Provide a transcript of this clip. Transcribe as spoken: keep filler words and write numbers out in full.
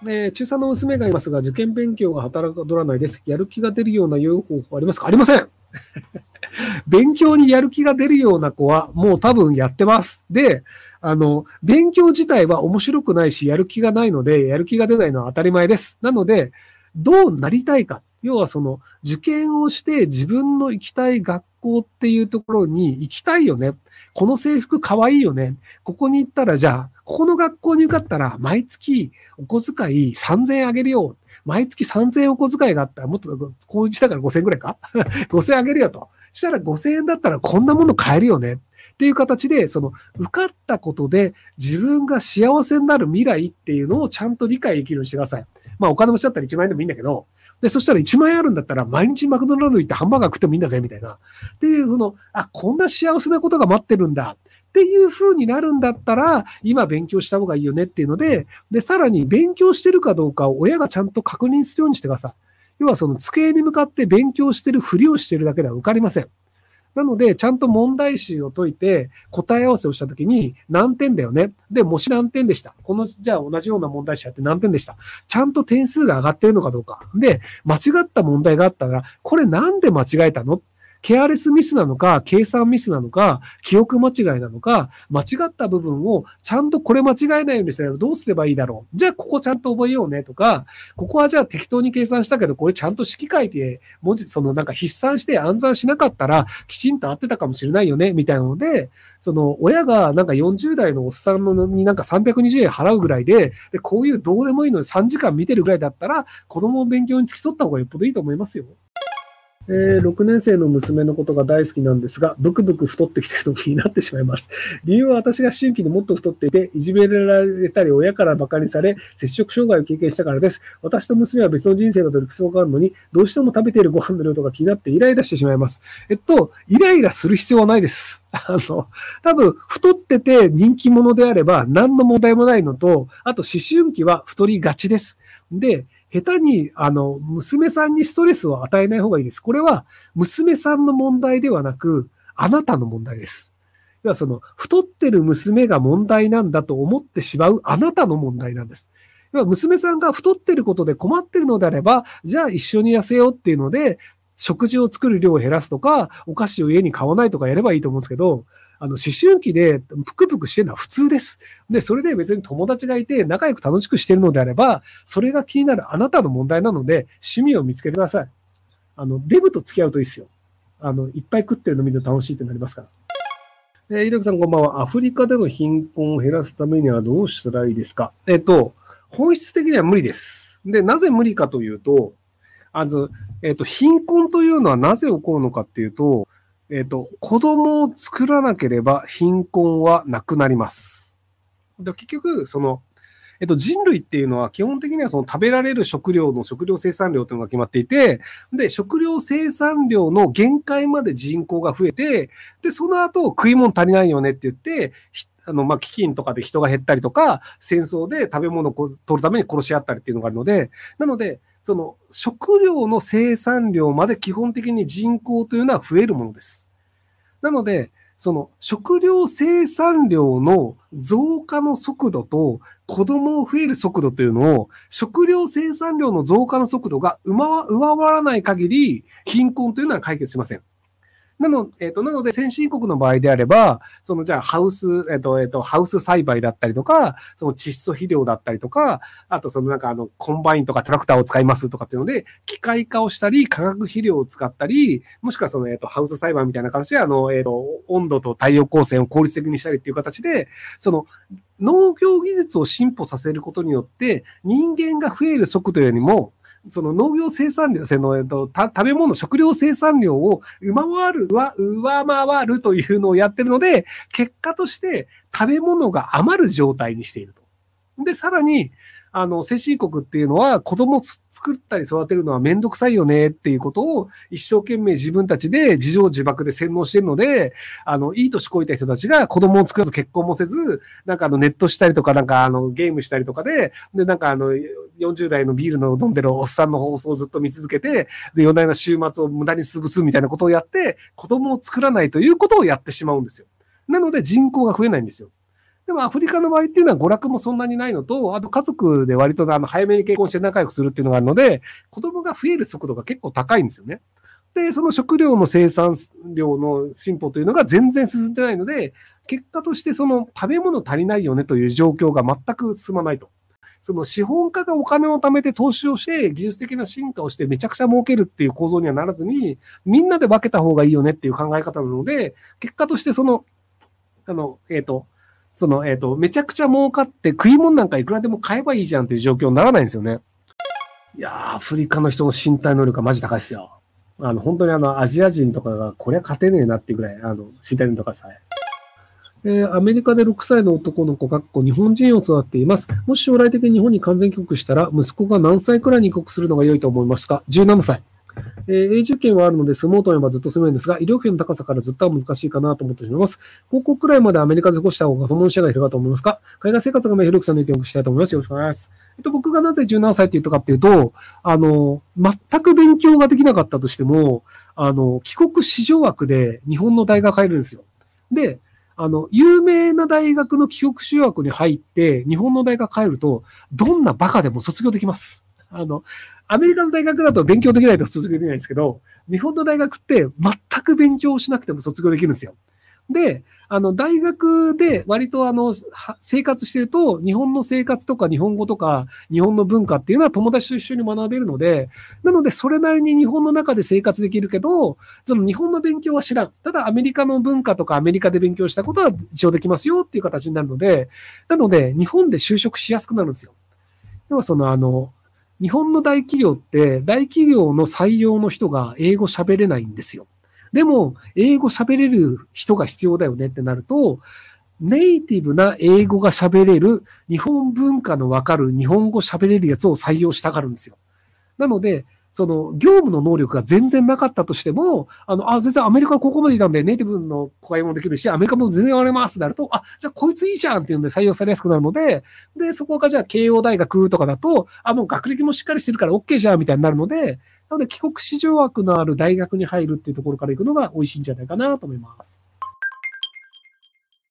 えー、中さんの娘がいますが、受験勉強が働かどらないです。やる気が出るような良い方法ありますか？ありません。勉強にやる気が出るような子はもう多分やってます。で、あの、勉強自体は面白くないし、やる気がないので、やる気が出ないのは当たり前です。なので、どうなりたいか。要はその、受験をして自分の行きたい学校っていうところに行きたいよね。この制服かわいいよね。ここに行ったら、じゃあ、ここの学校に受かったら、毎月お小遣いさんぜんえんあげるよ。毎月さんぜんえんお小遣いがあったら、もっと、こうしたからごせんえんくらいかごせんえんあげるよと。したらごせんえんだったらこんなもの買えるよね。っていう形で、その、受かったことで自分が幸せになる未来っていうのをちゃんと理解できるようにしてください。まあ、お金持ちだったらいちまんえんでもいいんだけど、で、そしたらいちまんえんあるんだったら毎日マクドナルド行ってハンバーガー食ってもいいんだぜ、みたいな。っていう、その、あ、こんな幸せなことが待ってるんだ。っていう風になるんだったら、今勉強した方がいいよねっていうので、で、さらに勉強してるかどうかを親がちゃんと確認するようにしてください。要はその机に向かって勉強してるふりをしてるだけでは受かりません。なので、ちゃんと問題集を解いて、答え合わせをしたときに、何点だよね。で、もし何点でした。この、じゃあ同じような問題集やって何点でした。ちゃんと点数が上がってるのかどうか。で、間違った問題があったら、これなんで間違えたの？ケアレスミスなのか、計算ミスなのか、記憶間違いなのか、間違った部分をちゃんとこれ間違えないようにすればどうすればいいだろう。じゃあここちゃんと覚えようねとか、ここはじゃあ適当に計算したけど、これちゃんと式書いて、文字、そのなんか筆算して暗算しなかったらきちんと合ってたかもしれないよね、みたいなので、その親がなんかよんじゅう代のおっさんのになんかさんびゃくにじゅうえん払うぐらいで、でこういうどうでもいいのにさんじかん見てるぐらいだったら、子供の勉強に付き添った方がよっぽどいいと思いますよ。えー、ろくねん生の娘のことが大好きなんですが、ブクブク太ってきてるの気になってしまいます。理由は私が思春期にもっと太っていて、いじめられたり、親から馬鹿にされ、摂食障害を経験したからです。私と娘は別の人生の理想があるのに、どうしても食べているご飯の量とか気になってイライラしてしまいます。えっと、イライラする必要はないです。あの、多分、太ってて人気者であれば何の問題もないのと、あと思春期は太りがちです。で、下手に、あの、娘さんにストレスを与えない方がいいです。これは、娘さんの問題ではなく、あなたの問題です。要はその、太ってる娘が問題なんだと思ってしまうあなたの問題なんです。要は娘さんが太ってることで困ってるのであれば、じゃあ一緒に痩せようっていうので、食事を作る量を減らすとか、お菓子を家に買わないとかやればいいと思うんですけど、あの、思春期でぷくぷくしてるのは普通です。で、それで別に友達がいて仲良く楽しくしてるのであれば、それが気になるあなたの問題なので、趣味を見つけてください。あの、デブと付き合うといいですよ。あの、いっぱい食ってるの見ると楽しいってなりますから。えー、イルクさんこんばんは。アフリカでの貧困を減らすためにはどうしたらいいですか？えっと、本質的には無理です。で、なぜ無理かというと、あの、えっと、貧困というのはなぜ起こるのかっていうと、えっと、子供を作らなければ貧困はなくなります。で結局、その、えっと、人類っていうのは基本的にはその食べられる食料の食料生産量というのが決まっていて、で、食料生産量の限界まで人口が増えて、で、その後食い物足りないよねって言って、あの、まあ、飢饉とかで人が減ったりとか、戦争で食べ物を取るために殺し合ったりっていうのがあるので、なので、その食料の生産量まで基本的に人口というのは増えるものです。なので、その食料生産量の増加の速度と子供を増える速度というのを、食料生産量の増加の速度が上回らない限り、貧困というのは解決しません。なの、えっ、ー、と、なので、先進国の場合であれば、その、じゃあ、ハウス、えっ、ー、と、えっ、ー、と、ハウス栽培だったりとか、その窒素肥料だったりとか、あと、そのなんか、あの、コンバインとかトラクターを使いますとかっていうので、機械化をしたり、化学肥料を使ったり、もしくはその、えっ、と、ハウス栽培みたいな形で、あの、えっ、と、温度と太陽光線を効率的にしたりっていう形で、その、農業技術を進歩させることによって、人間が増える速度よりも、その農業生産量、その、えっと、食べ物、食料生産量を上回る、上回るというのをやってるので、結果として食べ物が余る状態にしていると。で、さらに、あの、先進国っていうのは子供を作ったり育てるのはめんどくさいよねっていうことを一生懸命自分たちで自情自爆で洗脳してるので、あの、いい年こいた人たちが子供を作らず結婚もせず、なんかあのネットしたりとか、なんかあのゲームしたりとかで、で、なんかあの、よんじゅう代のビールの飲んでるおっさんの放送をずっと見続けて、で、夜な夜な週末を無駄に潰すみたいなことをやって、子供を作らないということをやってしまうんですよ。なので人口が増えないんですよ。 でもアフリカの場合っていうのは娯楽もそんなにないのと、あと家族で割とあの早めに結婚して仲良くするっていうのがあるので、子供が増える速度が結構高いんですよね。で、その食料の生産量の進歩というのが全然進んでないので、結果としてその食べ物足りないよねという状況が全く進まないと。その資本家がお金を貯めて投資をして技術的な進化をしてめちゃくちゃ儲けるっていう構造にはならずに、みんなで分けた方がいいよねっていう考え方なので、結果としてその、あの、えっと、その、えっと、めちゃくちゃ儲かって食い物なんかいくらでも買えばいいじゃんっていう状況にならないんですよね。いやー、アフリカの人の身体能力がマジ高いですよ。あの、本当にあの、アジア人とかがこりゃ勝てねえなっていうぐらい、あの、身体能力とかさえ。えー、アメリカでろくさいの男の子、かっこ日本人を育っています。もし将来的に日本に完全帰国したら、息子が何歳くらいに帰国するのが良いと思いますか？ じゅうなな 歳。えー、永住権はあるので住もうと思えばずっと住めるんですが、医療費の高さからずっとは難しいかなと思ってしまいます。高校くらいまでアメリカで過ごした方が友の視野が広がると思いますか？海外生活がひろきさんの意見をしたいと思います。よろしくお願いします。えっと、僕がなぜじゅうななさいって言ったかっていうと、あの、全く勉強ができなかったとしても、あの、帰国子女枠で日本の大学入るんですよ。で、あの、有名な大学の帰国子女枠に入って、日本の大学入ると、どんなバカでも卒業できます。あの、アメリカの大学だと勉強できないと卒業できないんですけど、日本の大学って全く勉強しなくても卒業できるんですよ。で、あの、大学で割とあの、生活してると、日本の生活とか日本語とか日本の文化っていうのは友達と一緒に学べるので、なのでそれなりに日本の中で生活できるけど、その日本の勉強は知らん。ただアメリカの文化とかアメリカで勉強したことは一応できますよっていう形になるので、なので日本で就職しやすくなるんですよ。でもそのあの、日本の大企業って大企業の採用の人が英語喋れないんですよ。でも、英語喋れる人が必要だよねってなると、ネイティブな英語が喋れる、日本文化のわかる日本語喋れるやつを採用したがるんですよ。なので、その業務の能力が全然なかったとしても、あの、あ、全然アメリカここまでいたんでネイティブの会話もできるし、アメリカも全然やれますってなると、あ、じゃあこいついいじゃんっていうんで採用されやすくなるので、で、そこがじゃあ慶応大学とかだと、あ、もう学歴もしっかりしてるから OK じゃんみたいになるので、なので帰国子女枠のある大学に入るっていうところから行くのが美味しいんじゃないかなと思います。